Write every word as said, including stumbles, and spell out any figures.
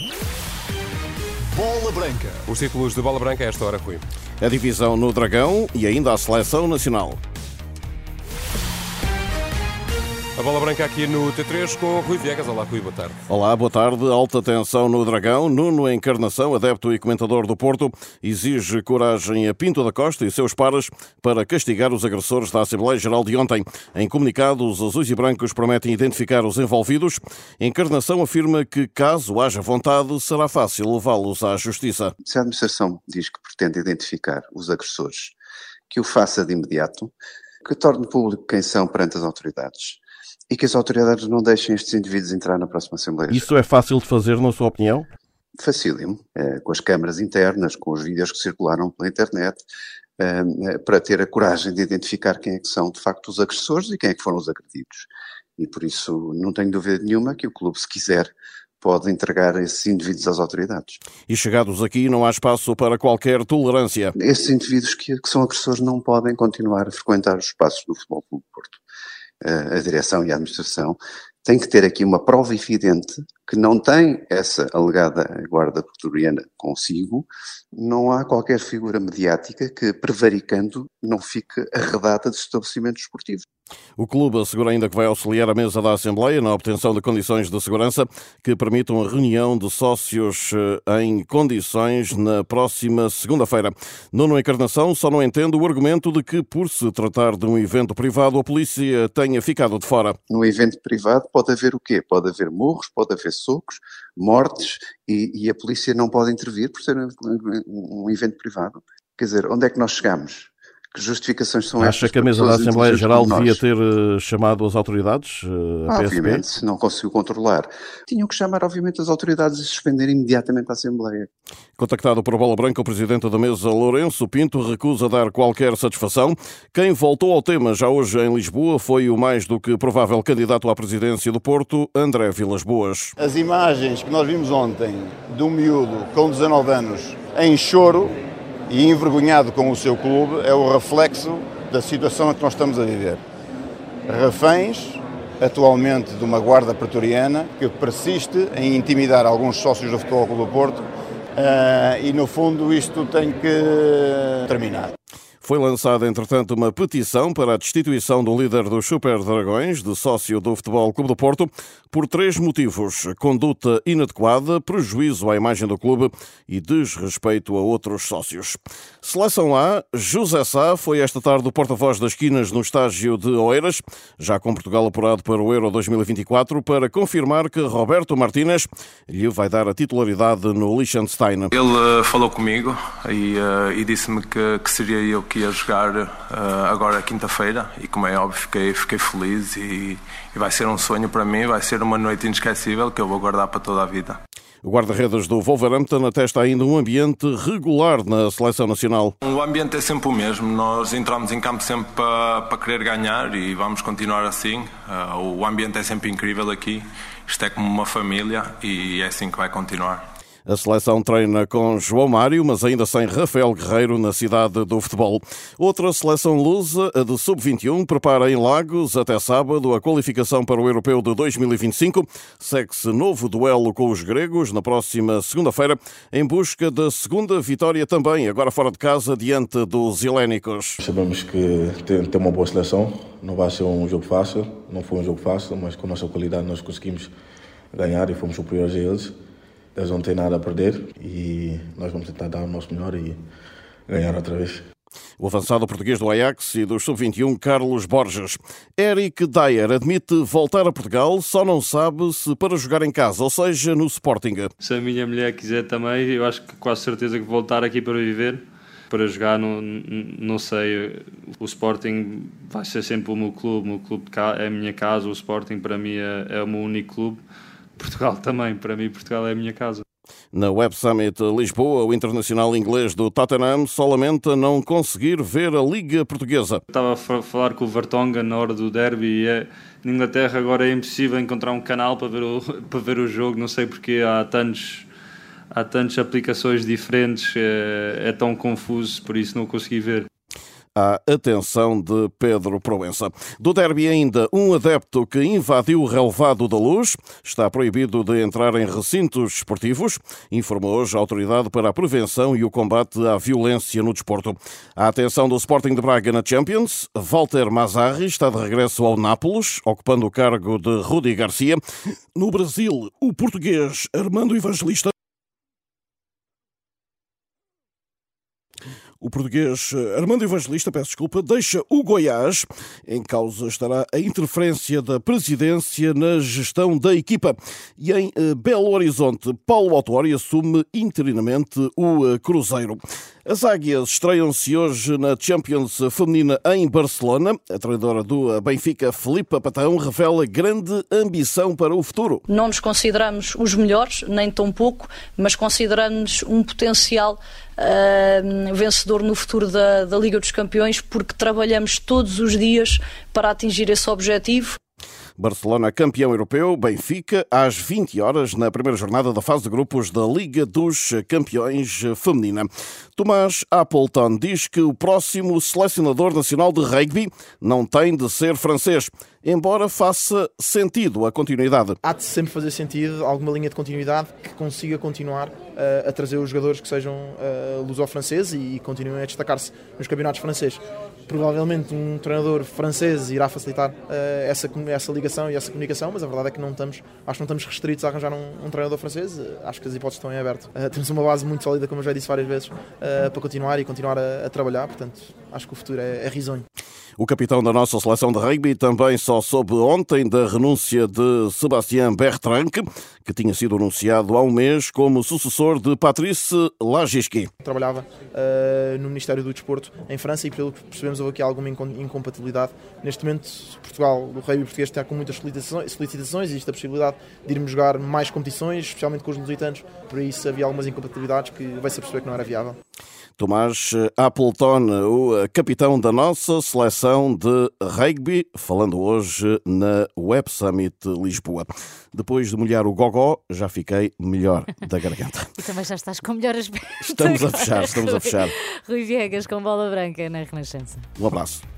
Bola Branca. Os títulos de Bola Branca a esta hora, Rui. A divisão no Dragão e ainda a seleção nacional. A Bola Branca aqui no T três com Rui Viegas. Olá, Rui, boa tarde. Olá, boa tarde. Alta tensão no Dragão. Nuno Encarnação, adepto e comentador do Porto, exige coragem a Pinto da Costa e seus pares para castigar os agressores da Assembleia Geral de ontem. Em comunicado, os azuis e brancos prometem identificar os envolvidos. Encarnação afirma que, caso haja vontade, será fácil levá-los à justiça. Se a administração diz que pretende identificar os agressores, que o faça de imediato, que torne público quem são perante as autoridades. E que as autoridades não deixem estes indivíduos entrar na próxima Assembleia. Isso é fácil de fazer, na sua opinião? Facílimo, é, com as câmaras internas, com os vídeos que circularam pela internet, é, para ter a coragem de identificar quem é que são de facto os agressores e quem é que foram os agredidos. E por isso não tenho dúvida nenhuma que o clube, se quiser, pode entregar esses indivíduos às autoridades. E chegados aqui não há espaço para qualquer tolerância. Esses indivíduos que, que são agressores não podem continuar a frequentar os espaços do Futebol Clube do Porto. A direção e a administração têm que ter aqui uma prova evidente que não tem essa alegada guarda pretoriana consigo. Não há qualquer figura mediática que, prevaricando, não fique arredada de estabelecimentos esportivos. O clube assegura ainda que vai auxiliar a mesa da Assembleia na obtenção de condições de segurança que permitam a reunião de sócios em condições na próxima segunda-feira. Nuno Encarnação só não entende o argumento de que, por se tratar de um evento privado, a polícia tenha ficado de fora. No evento privado pode haver o quê? Pode haver murros, pode haver socos, mortes e, e a polícia não pode intervir por ser um, um, um evento privado. Quer dizer, onde é que nós chegamos? Que justificações são estas? Acha que a mesa da Assembleia Geral devia ter chamado as autoridades? A ah, obviamente, se não conseguiu controlar. Tinham que chamar, obviamente, as autoridades e suspender imediatamente a Assembleia. Contactado por Bola Branca, o presidente da mesa, Lourenço Pinto, recusa dar qualquer satisfação. Quem voltou ao tema já hoje em Lisboa foi o mais do que provável candidato à presidência do Porto, André Vilas-Boas. As imagens que nós vimos ontem de um miúdo com dezanove anos em choro e envergonhado com o seu clube é o reflexo da situação em que nós estamos a viver. Reféns, atualmente, de uma guarda pretoriana que persiste em intimidar alguns sócios do Futebol Clube do Porto uh, e, no fundo, isto tem que terminar. Foi lançada, entretanto, uma petição para a destituição do líder dos Super Dragões, de sócio do Futebol Clube do Porto, por três motivos: conduta inadequada, prejuízo à imagem do clube e desrespeito a outros sócios. Seleção A, José Sá foi esta tarde o porta-voz das esquinas no estágio de Oeiras, já com Portugal apurado para o Euro dois mil e vinte e quatro, para confirmar que Roberto Martínez lhe vai dar a titularidade no Liechtenstein. Ele uh, falou comigo e, uh, e disse-me que, que seria eu que ia jogar uh, agora quinta-feira e, como é óbvio, fiquei, fiquei feliz e, e vai ser um sonho para mim, vai ser uma noite inesquecível que eu vou guardar para toda a vida. O guarda-redes do Wolverhampton atesta ainda um ambiente regular na seleção nacional. O ambiente é sempre o mesmo, nós entramos em campo sempre para, para querer ganhar e vamos continuar assim. Uh, o ambiente é sempre incrível aqui, isto é como uma família e é assim que vai continuar. A seleção treina com João Mário, mas ainda sem Rafael Guerreiro na cidade do futebol. Outra seleção lusa, a de sub vinte e um, prepara em Lagos até sábado a qualificação para o Europeu de dois mil e vinte e cinco. Segue-se novo duelo com os gregos na próxima segunda-feira, em busca da segunda vitória também, agora fora de casa, diante dos helénicos. Sabemos que tem, tem uma boa seleção, não vai ser um jogo fácil, não foi um jogo fácil, mas com a nossa qualidade nós conseguimos ganhar e fomos superiores a eles. Eles não têm nada a perder e nós vamos tentar dar o nosso melhor e ganhar outra vez. O avançado português do Ajax e do sub vinte e um, Carlos Borges. Eric Dier admite voltar a Portugal, só não sabe se para jogar em casa, ou seja, no Sporting. Se a minha mulher quiser também, eu acho que quase certeza que vou voltar aqui para viver. Para jogar, não, não sei, o Sporting vai ser sempre o meu clube, o meu clube é a minha casa, o Sporting para mim é, é o meu único clube. Portugal também, para mim Portugal é a minha casa. Na Web Summit Lisboa, o internacional inglês do Tottenham só lamenta não conseguir ver a Liga Portuguesa. Estava a falar com o Vertonghen na hora do derby e é, na Inglaterra agora é impossível encontrar um canal para ver o, para ver o jogo, não sei porque há tantos, há tantas aplicações diferentes, é, é tão confuso, por isso não consegui ver. à atenção de Pedro Proença. Do derby ainda, um adepto que invadiu o relevado da Luz está proibido de entrar em recintos esportivos, informou hoje a Autoridade para a Prevenção e o Combate à Violência no Desporto. A atenção do Sporting de Braga na Champions, Walter Mazzarri está de regresso ao Nápoles, ocupando o cargo de Rudi Garcia. No Brasil, o português Armando Evangelista O português Armando Evangelista, peço desculpa, deixa o Goiás. Em causa estará a interferência da presidência na gestão da equipa. E em Belo Horizonte, Paulo Autuori assume interinamente o Cruzeiro. As Águias estreiam-se hoje na Champions Feminina em Barcelona. A treinadora do Benfica, Filipa Patão, revela grande ambição para o futuro. Não nos consideramos os melhores, nem tão pouco, mas consideramos um potencial uh, vencedor no futuro da, da Liga dos Campeões, porque trabalhamos todos os dias para atingir esse objetivo. Barcelona campeão europeu, Benfica, às vinte horas, na primeira jornada da fase de grupos da Liga dos Campeões Feminina. Tomás Appleton diz que o próximo selecionador nacional de rugby não tem de ser francês, embora faça sentido a continuidade. Há de sempre fazer sentido alguma linha de continuidade que consiga continuar uh, a trazer os jogadores que sejam uh, luso-franceses e continuem a destacar-se nos campeonatos franceses. Provavelmente um treinador francês irá facilitar uh, essa, essa ligação e essa comunicação, mas a verdade é que não estamos, acho que não estamos restritos a arranjar um, um treinador francês. Uh, acho que as hipóteses estão em aberto. Uh, temos uma base muito sólida, como eu já disse várias vezes, uh, para continuar e continuar a, a trabalhar, portanto acho que o futuro é, é risonho. O capitão da nossa seleção de rugby também só soube ontem da renúncia de Sébastien Bertrand, que tinha sido anunciado há um mês como sucessor de Patrice Lagisquet. Trabalhava uh, no Ministério do Desporto em França e, pelo que percebemos, houve aqui alguma incompatibilidade. Neste momento, Portugal, o rugby português está com muitas solicitações e existe a possibilidade de irmos jogar mais competições, especialmente com os lusitanos. Por isso havia algumas incompatibilidades que vai-se perceber que não era viável. Tomás Appleton, o capitão da nossa seleção de rugby, falando hoje na Web Summit Lisboa. Depois de molhar o gogó, já fiquei melhor da garganta. E também já estás com melhor aspecto. Estamos a fechar, estamos a fechar. Rui Viegas com Bola Branca na Renascença. Um abraço.